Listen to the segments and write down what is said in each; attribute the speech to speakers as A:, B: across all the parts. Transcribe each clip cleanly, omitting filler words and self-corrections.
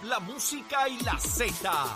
A: la música y la Z.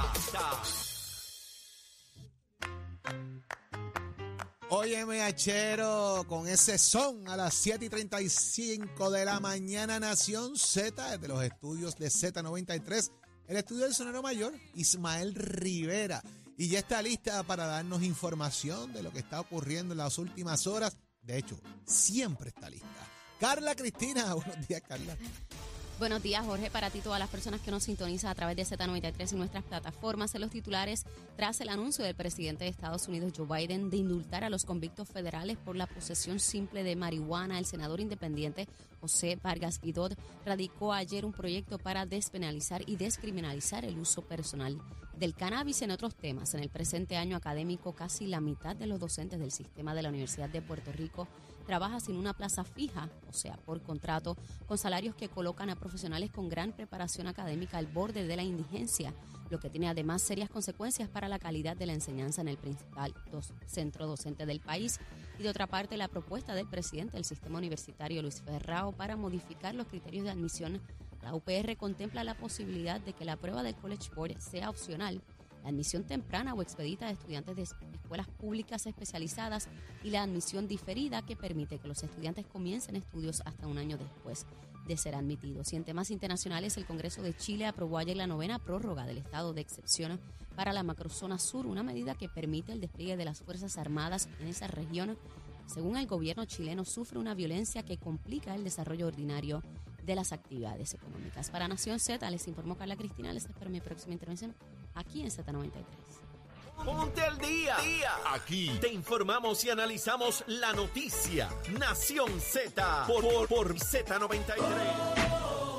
B: Óyeme, achero, con ese son a las 7:35 de la mañana, Nación Z, desde los estudios de Z93, el estudio del Sonero Mayor, Ismael Rivera. Y ya está lista para darnos información de lo que está ocurriendo en las últimas horas. De hecho, siempre está lista. Carla Cristina, buenos días, Carla.
C: Buenos días, Jorge, para ti y todas las personas que nos sintonizan a través de Z93 y nuestras plataformas. En los titulares, tras el anuncio del presidente de Estados Unidos, Joe Biden, de indultar a los convictos federales por la posesión simple de marihuana, el senador independiente José Vargas Vidot radicó ayer un proyecto para despenalizar y descriminalizar el uso personal del cannabis. En otros temas, en el presente año académico, casi la mitad de los docentes del sistema de la Universidad de Puerto Rico trabaja sin una plaza fija, o sea, por contrato, con salarios que colocan a profesionales con gran preparación académica al borde de la indigencia, lo que tiene además serias consecuencias para la calidad de la enseñanza en el principal centro docente del país. Y de otra parte, la propuesta del presidente del sistema universitario, Luis Ferrao, para modificar los criterios de admisión a la UPR contempla la posibilidad de que la prueba del College Board sea opcional, la admisión temprana o expedita de estudiantes de escuelas públicas especializadas y la admisión diferida, que permite que los estudiantes comiencen estudios hasta un año después de ser admitidos. Y en temas internacionales, el Congreso de Chile aprobó ayer la 9ª prórroga del estado de excepción para la macrozona sur, una medida que permite el despliegue de las Fuerzas Armadas en esa región. Según el gobierno chileno, sufre una violencia que complica el desarrollo ordinario de las actividades económicas. Para Nación Z, les informó Carla Cristina. Les espero mi próxima intervención aquí en Z93.
A: Ponte al día. Aquí te informamos y analizamos la noticia. Nación Z por Z93.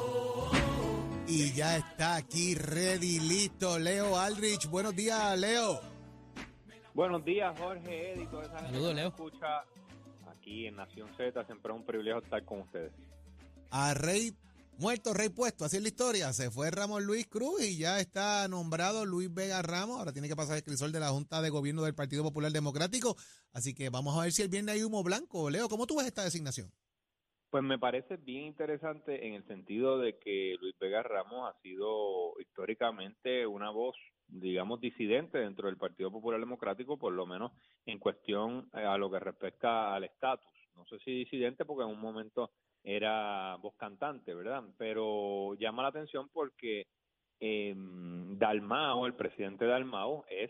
B: Y ya está aquí, ready, listo, Leo Aldrich. Buenos días, Leo.
D: Buenos días, Jorge, Eddie, toda esa gente
E: Saludos,
D: que
E: Leo.
D: me escucha aquí en Nación Z. Siempre es un privilegio estar con ustedes.
B: A rey muerto, rey puesto, así es la historia. Se fue Ramón Luis Cruz y ya está nombrado Luis Vega Ramos. Ahora tiene que pasar el crisol de la Junta de Gobierno del Partido Popular Democrático. Así que vamos a ver si el viernes hay humo blanco. Leo, ¿cómo tú ves esta designación?
D: Pues me parece bien interesante en el sentido de que Luis Vega Ramos ha sido históricamente una voz, digamos, disidente dentro del Partido Popular Democrático, por lo menos en cuestión a lo que respecta al estatus. No sé si disidente porque en un momento era voz cantante, ¿verdad? Pero llama la atención porque Dalmau, el presidente Dalmau, es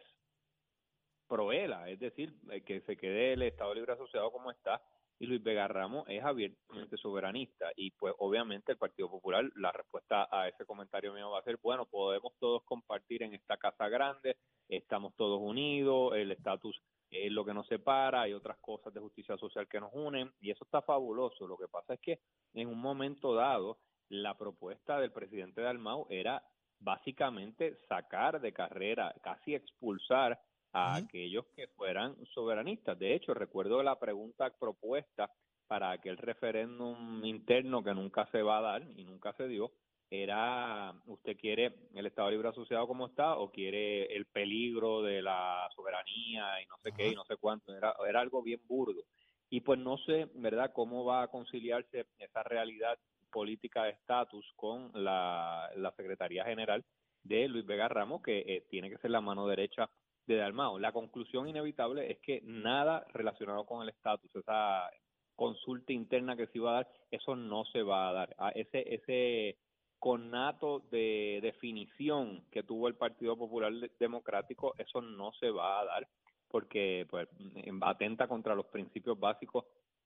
D: proela, es decir, que se quede el Estado Libre Asociado como está, y Luis Vega Ramos es abiertamente soberanista. Y pues obviamente el Partido Popular, la respuesta a ese comentario mío va a ser, bueno, podemos todos compartir en esta casa grande, estamos todos unidos, el estatus es lo que nos separa, hay otras cosas de justicia social que nos unen, y eso está fabuloso. Lo que pasa es que en un momento dado, la propuesta del presidente Dalmau era básicamente sacar de carrera, casi expulsar a aquellos que fueran soberanistas. De hecho, recuerdo la pregunta propuesta para aquel referéndum interno que nunca se va a dar y nunca se dio, era, ¿usted quiere el Estado Libre Asociado como está o quiere el peligro de la soberanía y no sé qué y no sé cuánto? Era algo bien burdo. Y pues no sé, ¿verdad?, cómo va a conciliarse esa realidad política de estatus con la Secretaría General de Luis Vega Ramos, que tiene que ser la mano derecha de Dalmau. La conclusión inevitable es que nada relacionado con el estatus, esa consulta interna que se iba a dar, eso no se va a dar. Ese conato de definición que tuvo el Partido Popular Democrático, eso no se va a dar porque pues atenta contra los principios básicos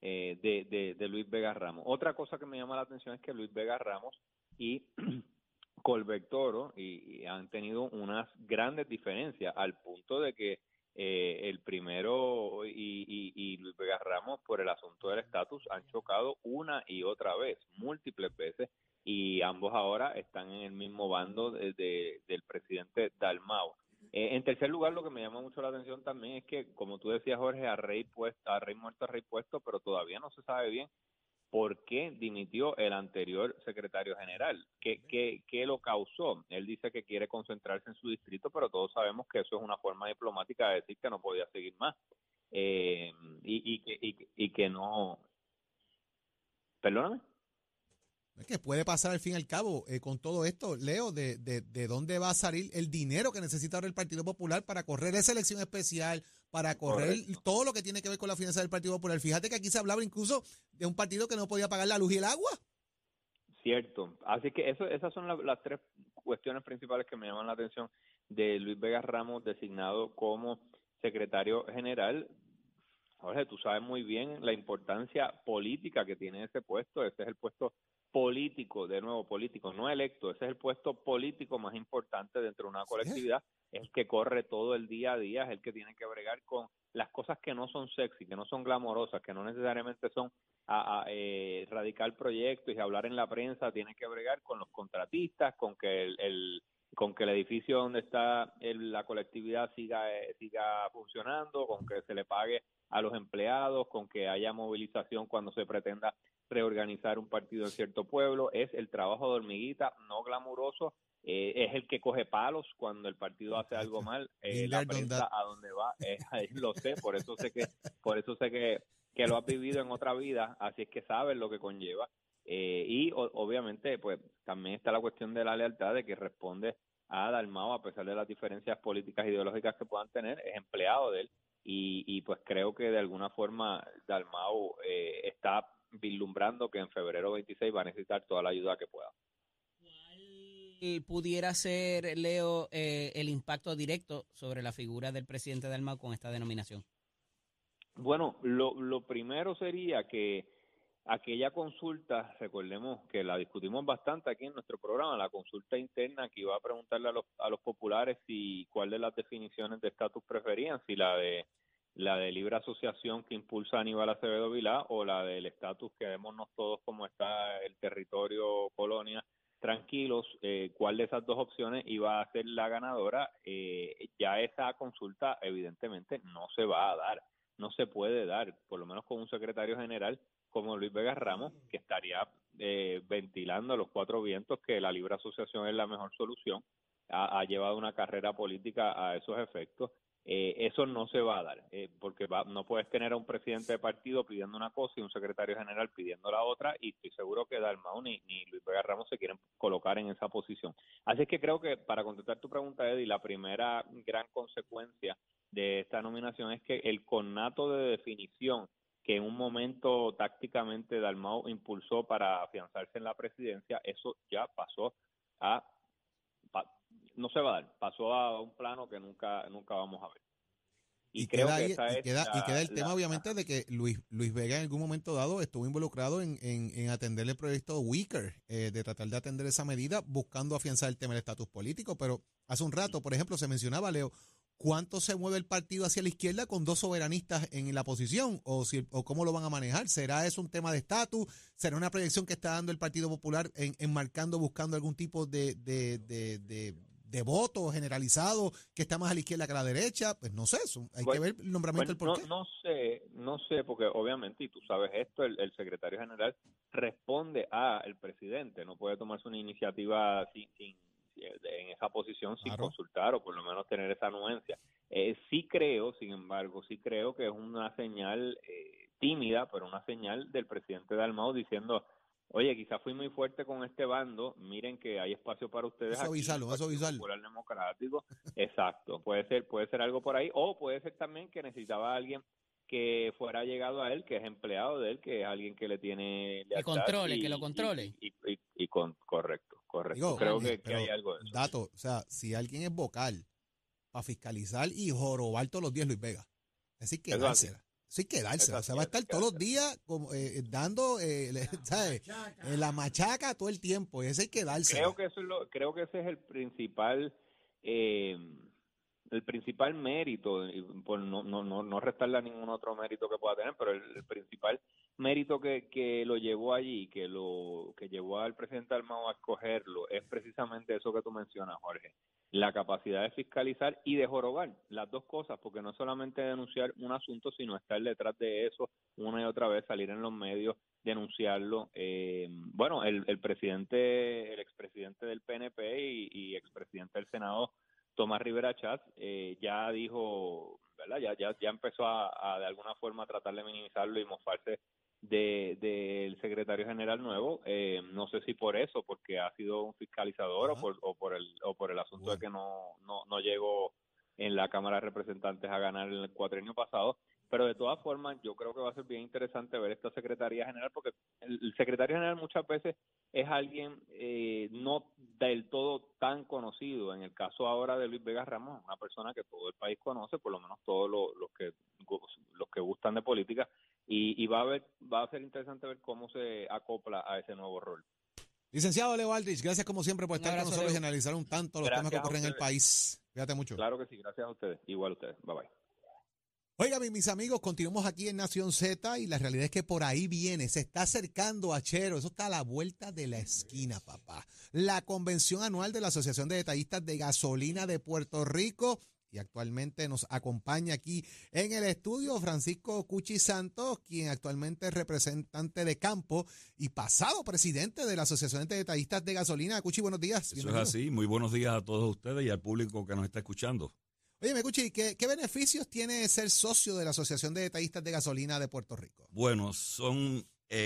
D: de Luis Vega Ramos. Otra cosa que me llama la atención es que Luis Vega Ramos y Colbert Toro y han tenido unas grandes diferencias al punto de que el primero y Luis Vega Ramos por el asunto del estatus han chocado una y otra vez, múltiples veces, y ambos ahora están en el mismo bando del presidente Dalmau. En tercer lugar, lo que me llama mucho la atención también es que, como tú decías, Jorge, a rey muerto, a rey puesto, pero todavía no se sabe bien por qué dimitió el anterior secretario general. ¿Qué lo causó? Él dice que quiere concentrarse en su distrito, pero todos sabemos que eso es una forma diplomática de decir que no podía seguir más. Y que no... ¿Perdóname?
B: Es que puede pasar al fin y al cabo con todo esto, Leo, de dónde va a salir el dinero que necesita ahora el Partido Popular para correr esa elección especial, para correr
D: Correcto.
B: todo lo que tiene que ver con la finanza del Partido Popular. Fíjate que aquí se hablaba incluso de un partido que no podía pagar la luz y el agua.
D: Cierto. Así que esas son las tres cuestiones principales que me llaman la atención de Luis Vega Ramos designado como secretario general. Jorge, tú sabes muy bien la importancia política que tiene ese puesto. Ese es el puesto político, de nuevo político, no electo. Ese es el puesto político más importante dentro de una
B: Sí.
D: colectividad. Es el que corre todo el día a día, es el que tiene que bregar con las cosas que no son sexy, que no son glamorosas, que no necesariamente son radicar proyectos y hablar en la prensa. Tiene que bregar con los contratistas, con que con que el edificio donde está la colectividad siga funcionando, con que se le pague a los empleados, con que haya movilización cuando se pretenda reorganizar un partido en cierto pueblo. Es el trabajo de hormiguita, no glamuroso. Es el que coge palos cuando el partido hace algo mal.
B: Been
D: La
B: there, done that.
D: prensa a donde va, lo sé, por eso sé que lo has vivido en otra vida, así es que sabes lo que conlleva. Obviamente, pues también está la cuestión de la lealtad, de que responde a Dalmau, a pesar de las diferencias políticas e ideológicas que puedan tener, es empleado de él. Pues creo que de alguna forma Dalmau está vislumbrando que en febrero 26 va a necesitar toda la ayuda que pueda.
E: ¿Pudiera ser, Leo, el impacto directo sobre la figura del presidente Dalmau con esta denominación?
D: Bueno, lo primero sería que aquella consulta, recordemos que la discutimos bastante aquí en nuestro programa, la consulta interna que iba a preguntarle a los populares si cuál de las definiciones de estatus preferían, si la de libre asociación que impulsa Aníbal Acevedo Vilá o la del estatus que vémonos todos como está el territorio colonia tranquilos, cuál de esas dos opciones iba a ser la ganadora. Ya esa consulta evidentemente no se va a dar, no se puede dar, por lo menos con un secretario general como Luis Vega Ramos, que estaría ventilando a los cuatro vientos que la libre asociación es la mejor solución. Ha llevado una carrera política a esos efectos. Eso no se va a dar, porque no puedes tener a un presidente de partido pidiendo una cosa y un secretario general pidiendo la otra, y estoy seguro que Dalmau ni Luis Vega Ramos se quieren colocar en esa posición. Así es que creo que, para contestar tu pregunta, Eddie, la primera gran consecuencia de esta nominación es que el connato de definición que en un momento tácticamente Dalmau impulsó para afianzarse en la presidencia, eso ya pasó no se va a dar, pasó a un plano que nunca vamos a ver. Y creo
B: queda
D: que
B: ahí,
D: esa es
B: y queda el tema, obviamente, de que Luis Vega en algún momento dado estuvo involucrado en atender el proyecto Wicker, de tratar de atender esa medida, buscando afianzar el tema del estatus político. Pero hace un rato, por ejemplo, se mencionaba, Leo, ¿cuánto se mueve el partido hacia la izquierda con dos soberanistas en la posición? ¿O cómo lo van a manejar? ¿Será eso un tema de estatus? ¿Será una proyección que está dando el Partido Popular enmarcando, buscando algún tipo de voto generalizado que está más a la izquierda que a la derecha? Pues no sé, hay que ver el nombramiento del porqué.
D: No sé, porque obviamente, y tú sabes esto, el secretario general responde al presidente, no puede tomarse una iniciativa en esa posición sin
B: Claro.
D: consultar o por lo menos tener esa anuencia. Sin embargo, sí creo que es una señal tímida, pero una señal del presidente Dalmau diciendo: oye, quizás fui muy fuerte con este bando, miren que hay espacio para ustedes
B: Eso
D: aquí en el
B: avisarlo, eso
D: Partido
B: avisarlo.
D: Popular Democrático. Exacto, puede ser algo por ahí, o puede ser también que necesitaba a alguien que fuera llegado a él, que es empleado de él, que es alguien que le tiene lealtad
E: Que lo controle.
D: correcto.
B: Digo,
D: Creo que
B: pero
D: hay algo de eso.
B: dato, o sea, si alguien es vocal para fiscalizar y jorobar todos los días Luis Vega, es decir,
D: Eso es así.
B: quedársela. Eso hay que dársela. O sea,
D: Eso
B: va a
D: así,
B: estar
D: hay que
B: todos los
D: dársela.
B: días como, dando, ¿sabes? La machaca todo el tiempo. Y eso hay que dársela.
D: Creo que ese es el principal mérito, y por no restarle a ningún otro mérito que pueda tener, pero el principal mérito que lo llevó allí, que llevó al presidente Dalmau a escogerlo, es precisamente eso que tú mencionas, Jorge: la capacidad de fiscalizar y de jorobar, las dos cosas, porque no solamente denunciar un asunto, sino estar detrás de eso una y otra vez, salir en los medios, denunciarlo. Bueno, el expresidente del PNP y expresidente del Senado, Tomás Rivera Chatz, ya dijo, ¿verdad? Ya empezó a de alguna forma tratar de minimizarlo y mofarse del secretario general nuevo. No sé si por eso, porque ha sido un fiscalizador o por el asunto de que no llegó en la Cámara de Representantes a ganar en el cuatrienio pasado. Pero de todas formas, yo creo que va a ser bien interesante ver esta Secretaría General, porque el Secretario General muchas veces es alguien no del todo tan conocido. En el caso ahora de Luis Vega Ramos, una persona que todo el país conoce, por lo menos todos los que gustan de política, y va a ser interesante ver cómo se acopla a ese nuevo rol.
B: Licenciado Leo Aldrich, gracias como siempre por estar con nosotros y analizar un tanto los temas que ocurren en el país. Cuídate mucho.
D: Claro que sí, gracias a ustedes. Igual a ustedes. Bye bye.
B: Oiga, mis amigos, continuamos aquí en Nación Z y la realidad es que por ahí viene, se está acercando Achero, eso está a la vuelta de la esquina, papá. La convención anual de la Asociación de Detallistas de Gasolina de Puerto Rico, y actualmente nos acompaña aquí en el estudio Francisco Cuchi Santos, quien actualmente es representante de campo y pasado presidente de la Asociación de Detallistas de Gasolina. Cuchi, buenos días.
F: Eso es así, muy buenos días a todos ustedes y al público que nos está escuchando.
B: Oye, Cuchi, ¿qué beneficios tiene ser socio de la Asociación de Detallistas de Gasolina de Puerto Rico?
F: Bueno, son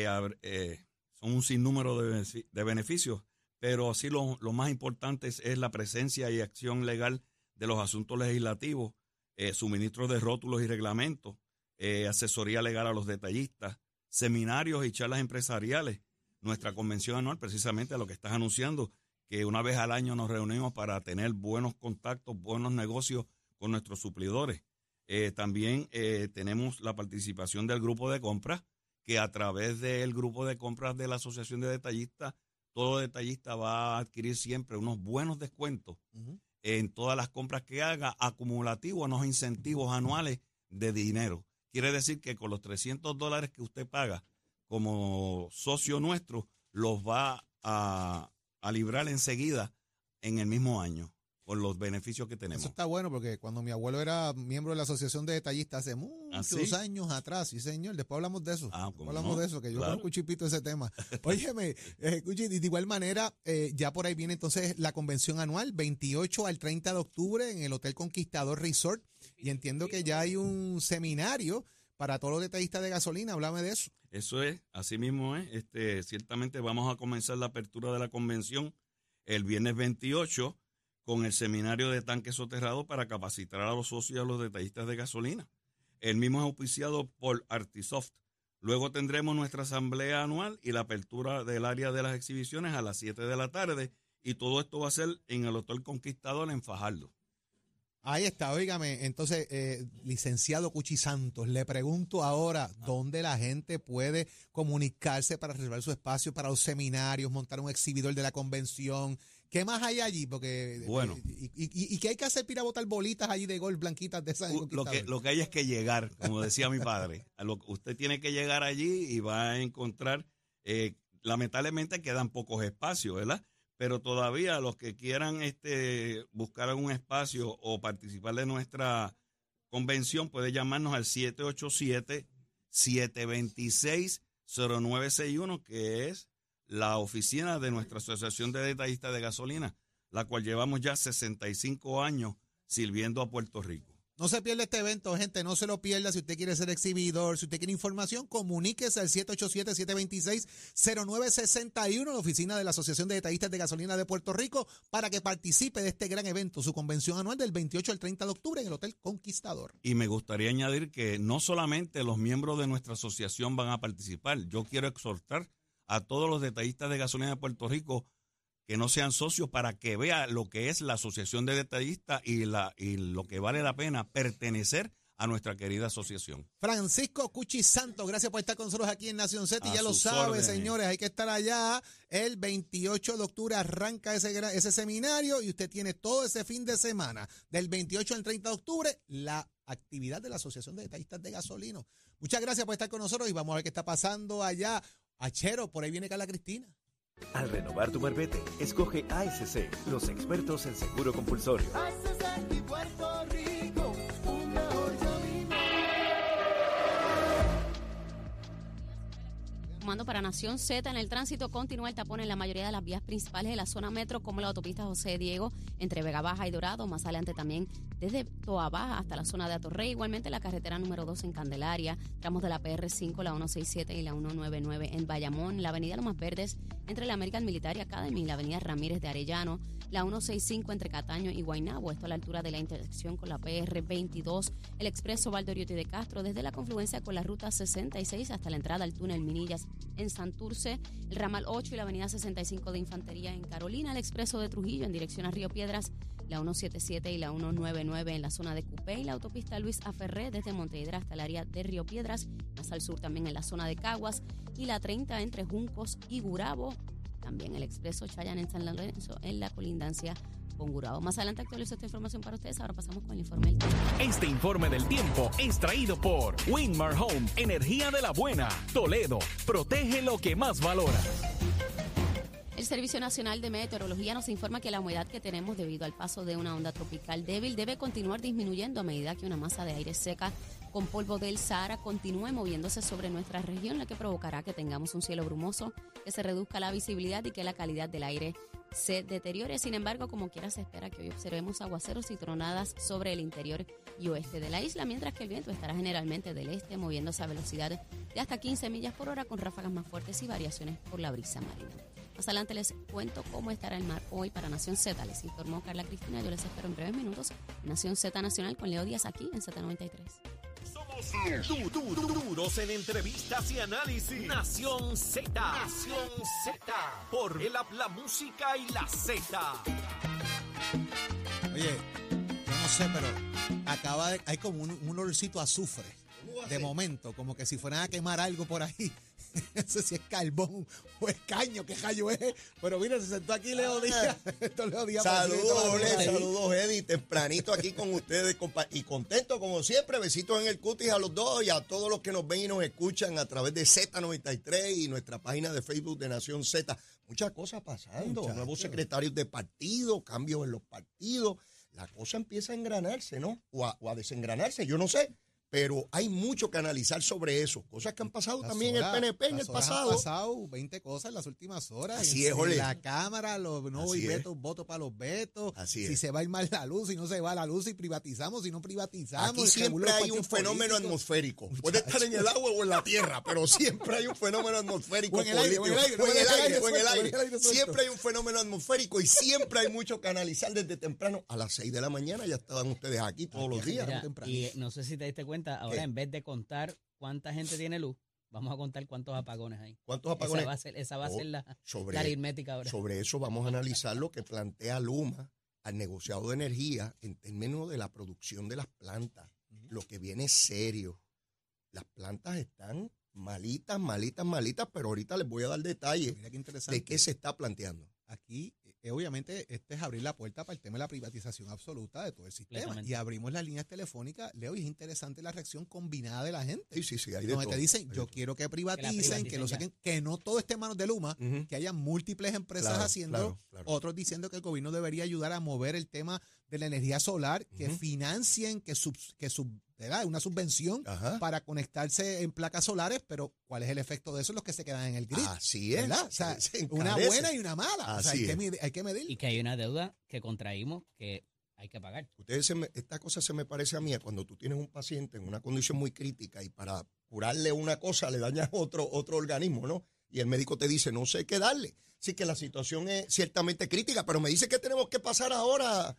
F: un sinnúmero de beneficios, pero así lo más importante es la presencia y acción legal de los asuntos legislativos, suministro de rótulos y reglamentos, asesoría legal a los detallistas, seminarios y charlas empresariales. Nuestra convención anual, precisamente a lo que estás anunciando, que una vez al año nos reunimos para tener buenos contactos, buenos negocios con nuestros suplidores. También tenemos la participación del grupo de compras, que a través del grupo de compras de la Asociación de Detallistas, todo detallista va a adquirir siempre unos buenos descuentos en todas las compras que haga, acumulativo, unos incentivos anuales de dinero. Quiere decir que con los $300 que usted paga como socio nuestro, los va a librar enseguida en el mismo año, con los beneficios que tenemos.
B: Eso está bueno porque cuando mi abuelo era miembro de la Asociación de Detallistas hace muchos años atrás, sí señor, después hablamos de eso. De eso, que yo conozco un chipito ese tema. Óyeme, Cuchi, de igual manera, ya por ahí viene entonces la convención anual, 28 al 30 de octubre en el Hotel Conquistador Resort, y entiendo que ya hay un seminario para todos los detallistas de gasolina. Háblame de eso.
F: Eso es, así mismo es. Ciertamente vamos a comenzar la apertura de la convención el viernes 28 con el seminario de tanques soterrados para capacitar a los socios y a los detallistas de gasolina. El mismo es auspiciado por Artisoft. Luego tendremos nuestra asamblea anual y la apertura del área de las exhibiciones a las 7 de la tarde, y todo esto va a ser en el Hotel Conquistador en Fajardo.
B: Ahí está, óigame, entonces, licenciado Cuchi Santos, le pregunto ahora, ¿dónde la gente puede comunicarse para reservar su espacio para los seminarios, montar un exhibidor de la convención? ¿Qué más hay allí? Porque
F: bueno,
B: ¿y qué hay que hacer para ir a botar bolitas allí de golf blanquitas de esas?
F: Lo que hay es que llegar, como decía mi padre. Usted tiene que llegar allí y va a encontrar, lamentablemente quedan pocos espacios, ¿verdad? Pero todavía los que quieran buscar algún espacio o participar de nuestra convención, puede llamarnos al 787-726-0961, que es la oficina de nuestra Asociación de Detallistas de Gasolina, la cual llevamos ya 65 años sirviendo a Puerto Rico.
B: No se pierda este evento, gente, no se lo pierda. Si usted quiere ser exhibidor, si usted quiere información, comuníquese al 787-726-0961, la oficina de la Asociación de Detallistas de Gasolina de Puerto Rico, para que participe de este gran evento, su convención anual del 28 al 30 de octubre en el Hotel Conquistador.
F: Y me gustaría añadir que no solamente los miembros de nuestra asociación van a participar, yo quiero exhortar a todos los detallistas de gasolina de Puerto Rico que no sean socios, para que vean lo que es la Asociación de Detallistas y lo que vale la pena pertenecer a nuestra querida asociación.
B: Francisco Cuchi Santos, gracias por estar con nosotros aquí en Nación Z. Y ya lo sabe, señores, hay que estar allá. El 28 de octubre arranca ese seminario y usted tiene todo ese fin de semana, del 28 al 30 de octubre, la actividad de la Asociación de Detallistas de Gasolina. Muchas gracias por estar con nosotros y vamos a ver qué está pasando allá. Achero, por ahí viene Carla Cristina.
G: Al renovar tu marbete, escoge ASC, los expertos en seguro compulsorio. ASC y Puerto Rico, un mejor camino.
C: informando para Nación Z. En el tránsito continúa el tapón en la mayoría de las vías principales de la zona metro, como la autopista José Diego entre Vega Baja y Dorado. Más adelante también desde Toa Baja hasta la zona de Atorrey. Igualmente la carretera número 2 en Candelaria, tramos de la PR5, la 167 y la 199 en Bayamón. La avenida Lomas Verdes entre la American Military Academy y la avenida Ramírez de Arellano. La 165 entre Cataño y Guaynabo, esto a la altura de la intersección con la PR22, el expreso Valdoriotti de Castro desde la confluencia con la ruta 66 hasta la entrada al túnel Minillas en Santurce, el ramal 8 y la avenida 65 de Infantería en Carolina, el expreso de Trujillo en dirección a Río Piedras, la 177 y la 199 en la zona de Cupé y la autopista Luis Aferré desde Montehiedra hasta el área de Río Piedras, más al sur también en la zona de Caguas y la 30 entre Juncos y Gurabo. También el expreso Chayan en San Lorenzo en la colindancia con Gurabo. Más adelante actualizo esta información para ustedes. Ahora pasamos con el informe del tiempo.
A: Este informe del tiempo es traído por Winmar Home, energía de la buena. Toledo, protege lo que más valora.
C: El Servicio Nacional de Meteorología nos informa que la humedad que tenemos debido al paso de una onda tropical débil debe continuar disminuyendo a medida que una masa de aire seca con polvo del Sahara continúe moviéndose sobre nuestra región, la que provocará que tengamos un cielo brumoso, que se reduzca la visibilidad y que la calidad del aire se deteriore. Sin embargo, como quiera, se espera que hoy observemos aguaceros y tronadas sobre el interior y oeste de la isla, mientras que el viento estará generalmente del este, moviéndose a velocidad de hasta 15 millas por hora, con ráfagas más fuertes y variaciones por la brisa marina. Más adelante les cuento cómo estará el mar hoy para Nación Z. Les informó Carla Cristina. Yo les espero en breves minutos en Nación Z Nacional con Leo Díaz aquí en Z93.
A: Somos duros en entrevistas y análisis. Nación Z. Nación Z. Por el app, la música y la Z.
B: Oye, yo no sé, pero hay como un olorcito a azufre. De momento, como que si fueran a quemar algo por ahí. No sé si es carbón o es caño, qué rayo es. Pero mira, se sentó aquí Leo Díaz. Leo Díaz.
H: Saludos, Eddie. Tempranito aquí con ustedes y contento como siempre. Besitos en el cutis a los dos y a todos los que nos ven y nos escuchan a través de Z93 y nuestra página de Facebook de Nación Z. Muchas cosas pasando. Nuevos secretarios de partido, cambios en los partidos. La cosa empieza a engranarse, ¿no? O a desengranarse, yo no sé. Pero hay mucho que analizar sobre eso. Cosas que han pasado también en el PNP en el pasado.
B: Han pasado 20 cosas en las últimas horas.
H: Así es, Jorge.
B: La Cámara, los no votos para los vetos.
H: Así
B: si
H: es.
B: se va a ir mal la luz, si no se va la luz, si privatizamos, si no privatizamos.
H: Aquí siempre hay un fenómeno atmosférico. Puede estar en el agua o en la tierra, pero siempre hay un fenómeno atmosférico.
B: O en el aire.
H: Siempre hay un fenómeno atmosférico y siempre hay mucho que analizar desde temprano. A las 6 de la mañana ya estaban ustedes aquí todos los días.
E: Mira, y no sé si te diste cuenta, ahora en vez de contar cuánta gente tiene luz, vamos a contar cuántos apagones hay.
H: ¿Cuántos apagones?
E: Esa va a ser la aritmética ahora.
H: Sobre eso vamos a analizar lo que plantea Luma al negociado de energía en términos de la producción de las plantas. Lo que viene es serio. Las plantas están malitas, pero ahorita les voy a dar detalles de qué se está planteando.
B: Aquí, obviamente, es abrir la puerta para el tema de la privatización absoluta de todo el sistema. Y abrimos las líneas telefónicas, Leo, y es interesante la reacción combinada de la gente.
H: Sí, hay de
B: donde
H: todo.
B: te dicen, yo quiero que privaticen, que lo saquen, que no todo esté en manos de Luma, que haya múltiples empresas haciendo, otros diciendo que el gobierno debería ayudar a mover el tema de la energía solar, que financien, ¿verdad? Una subvención para conectarse en placas solares, pero ¿cuál es el efecto de eso? Los que se quedan en el grid.
H: Así es.
B: ¿Verdad? O sea, una buena y una mala. O sea, hay que medir.
E: Y que hay una deuda que contraímos que hay que pagar.
H: Esta cosa se me parece a mí cuando tú tienes un paciente en una condición muy crítica y para curarle una cosa le dañas otro organismo, ¿no? Y el médico te dice, no sé qué darle. Así que la situación es ciertamente crítica, pero me dice que tenemos que pasar ahora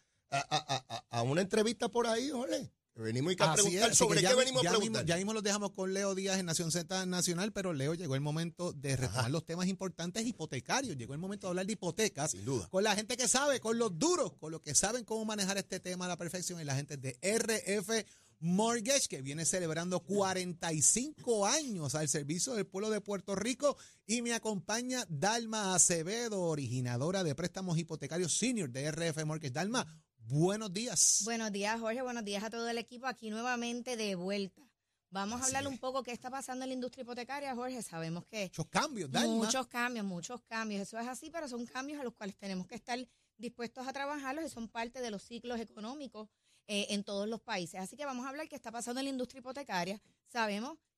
H: a una entrevista por ahí, Jorge. Venimos a preguntar sobre qué venimos a preguntar.
B: Ya mismo los dejamos con Leo Díaz en Nación Z Nacional, pero Leo, llegó el momento de retomar los temas importantes hipotecarios. Llegó el momento de hablar de hipotecas.
H: Sin duda.
B: Con la gente que sabe, con los duros, con los que saben cómo manejar este tema a la perfección, y la gente de RF Mortgage, que viene celebrando 45 años al servicio del pueblo de Puerto Rico. Y me acompaña Dalma Acevedo, originadora de préstamos hipotecarios senior de RF Mortgage. Dalma, buenos días.
I: Buenos días, Jorge. Buenos días a todo el equipo. Aquí nuevamente de vuelta. Vamos a hablar un poco qué está pasando en la industria hipotecaria, Jorge. Sabemos que
B: muchos cambios, Dalma.
I: Muchos cambios. Eso es así, pero son cambios a los cuales tenemos que estar dispuestos a trabajarlos y son parte de los ciclos económicos en todos los países. Así que vamos a hablar qué está pasando en la industria hipotecaria. Sabemos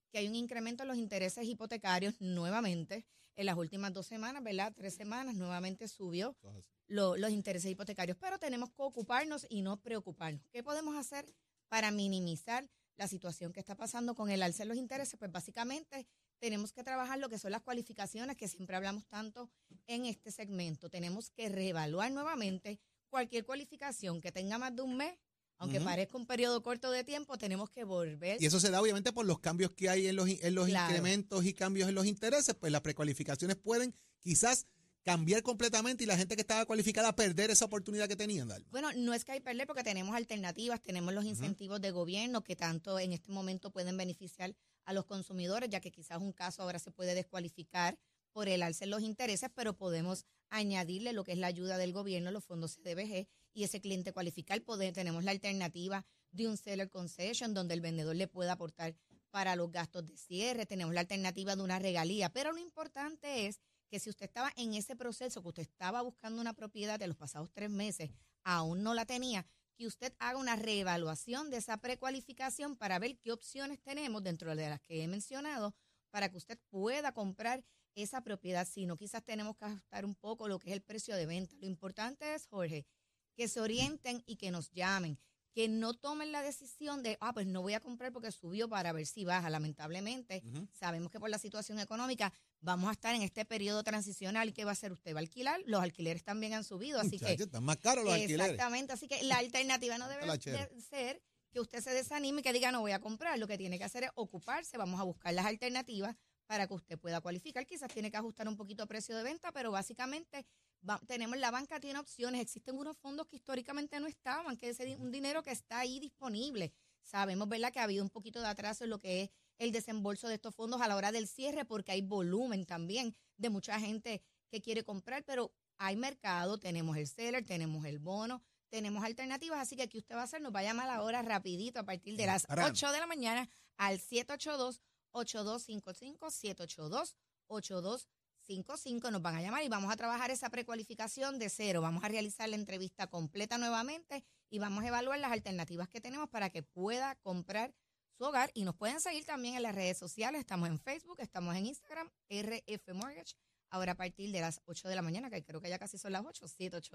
I: que hay un incremento en los intereses hipotecarios nuevamente. En las últimas 2 semanas, ¿verdad? 3 semanas, nuevamente subió los intereses hipotecarios. Pero tenemos que ocuparnos y no preocuparnos. ¿Qué podemos hacer para minimizar la situación que está pasando con el alza de los intereses? Pues básicamente tenemos que trabajar lo que son las cualificaciones, que siempre hablamos tanto en este segmento. Tenemos que reevaluar nuevamente cualquier cualificación que tenga más de un mes. Aunque parezca un periodo corto de tiempo, tenemos que volver.
B: Y eso se da obviamente por los cambios que hay en los incrementos y cambios en los intereses, pues las precualificaciones pueden quizás cambiar completamente y la gente que estaba cualificada perder esa oportunidad que tenían, Dalma.
I: Bueno, no es que hay perder porque tenemos alternativas, tenemos los incentivos de gobierno que tanto en este momento pueden beneficiar a los consumidores, ya que quizás un caso ahora se puede descualificar por el alza en los intereses, pero podemos añadirle lo que es la ayuda del gobierno, los fondos CDBG, y ese cliente cualificar. Tenemos la alternativa de un seller concession, donde el vendedor le pueda aportar para los gastos de cierre. Tenemos la alternativa de una regalía. Pero lo importante es que si usted estaba en ese proceso, que usted estaba buscando una propiedad de los pasados 3 meses, aún no la tenía, que usted haga una reevaluación de esa precualificación para ver qué opciones tenemos dentro de las que he mencionado para que usted pueda comprar esa propiedad. Si no, quizás tenemos que ajustar un poco lo que es el precio de venta. Lo importante es, Jorge, que se orienten y que nos llamen, que no tomen la decisión de, pues no voy a comprar porque subió para ver si baja. Lamentablemente, sabemos que por la situación económica vamos a estar en este periodo transicional. ¿Qué va a hacer usted? ¿Va a alquilar? Los alquileres también han subido, así que
B: están más caros los alquileres.
I: Exactamente, así que la alternativa no debe de ser que usted se desanime y que diga no voy a comprar. Lo que tiene que hacer es ocuparse, vamos a buscar las alternativas para que usted pueda cualificar. Quizás tiene que ajustar un poquito el precio de venta, pero básicamente la banca tiene opciones. Existen unos fondos que históricamente no estaban, que es un dinero que está ahí disponible. Sabemos, ¿verdad?, que ha habido un poquito de atraso en lo que es el desembolso de estos fondos a la hora del cierre, porque hay volumen también de mucha gente que quiere comprar, pero hay mercado, tenemos el seller, tenemos el bono, tenemos alternativas, así que aquí usted va a hacer, nos va a llamar ahora rapidito a partir de las 8 de la mañana al 782-8255, 782-8255, nos van a llamar y vamos a trabajar esa precualificación de cero. Vamos a realizar la entrevista completa nuevamente y vamos a evaluar las alternativas que tenemos para que pueda comprar su hogar. Y nos pueden seguir también en las redes sociales. Estamos en Facebook, estamos en Instagram, RF Mortgage. Ahora a partir de las 8 de la mañana, que creo que ya casi son las 8,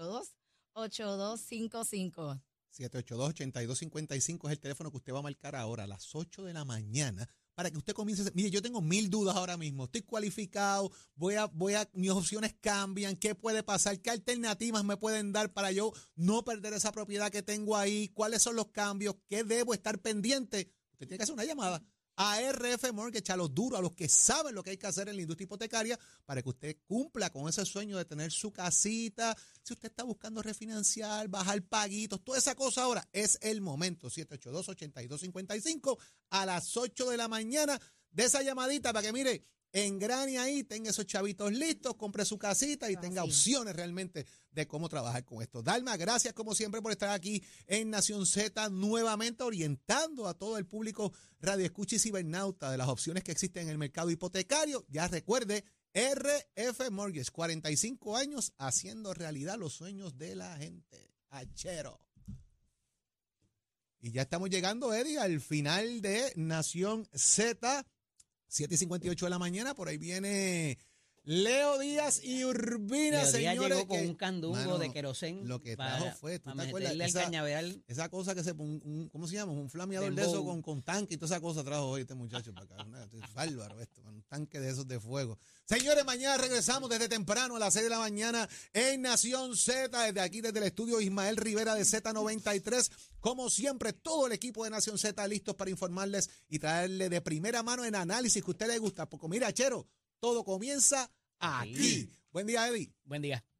I: 782-8255.
B: 782-8255 es el teléfono que usted va a marcar ahora a las 8 de la mañana para que usted comience. Mire, yo tengo 1000 dudas ahora mismo. Estoy cualificado, mis opciones cambian. ¿Qué puede pasar? ¿Qué alternativas me pueden dar para yo no perder esa propiedad que tengo ahí? ¿Cuáles son los cambios? ¿Qué debo estar pendiente? Usted tiene que hacer una llamada a RF Mortgage, a los duros, a los que saben lo que hay que hacer en la industria hipotecaria para que usted cumpla con ese sueño de tener su casita. Si usted está buscando refinanciar, bajar paguitos, toda esa cosa ahora, es el momento. 782-8255 a las 8 de la mañana. De esa llamadita para que, mire, engrane ahí, tenga esos chavitos listos, compre su casita y tenga opciones realmente de cómo trabajar con esto. Dalma, gracias como siempre por estar aquí en Nación Z, nuevamente orientando a todo el público radioescucha y cibernauta de las opciones que existen en el mercado hipotecario. Ya recuerde, RF Mortgage, 45 años haciendo realidad los sueños de la gente. Achero. Y ya estamos llegando, Eddie, al final de Nación Z. 7:58 de la mañana, por ahí viene Leo Díaz y Urbina,
E: Leo
B: señores.
E: Díaz llegó con un candungo de querosén.
B: Lo que trajo fue, ¿tú te acuerdas? Esa cosa que ¿cómo se llama? Un flameador de eso con tanque y toda esa cosa trajo hoy este muchacho para acá. Es bárbaro esto, un tanque de esos de fuego. Señores, mañana regresamos desde temprano a las 6 de la mañana en Nación Z, desde aquí, desde el estudio Ismael Rivera de Z93. Como siempre, todo el equipo de Nación Z listos para informarles y traerle de primera mano el análisis que a usted le gusta. Porque mira, Chero, todo comienza aquí. Buen día, Eddie.
E: Buen día.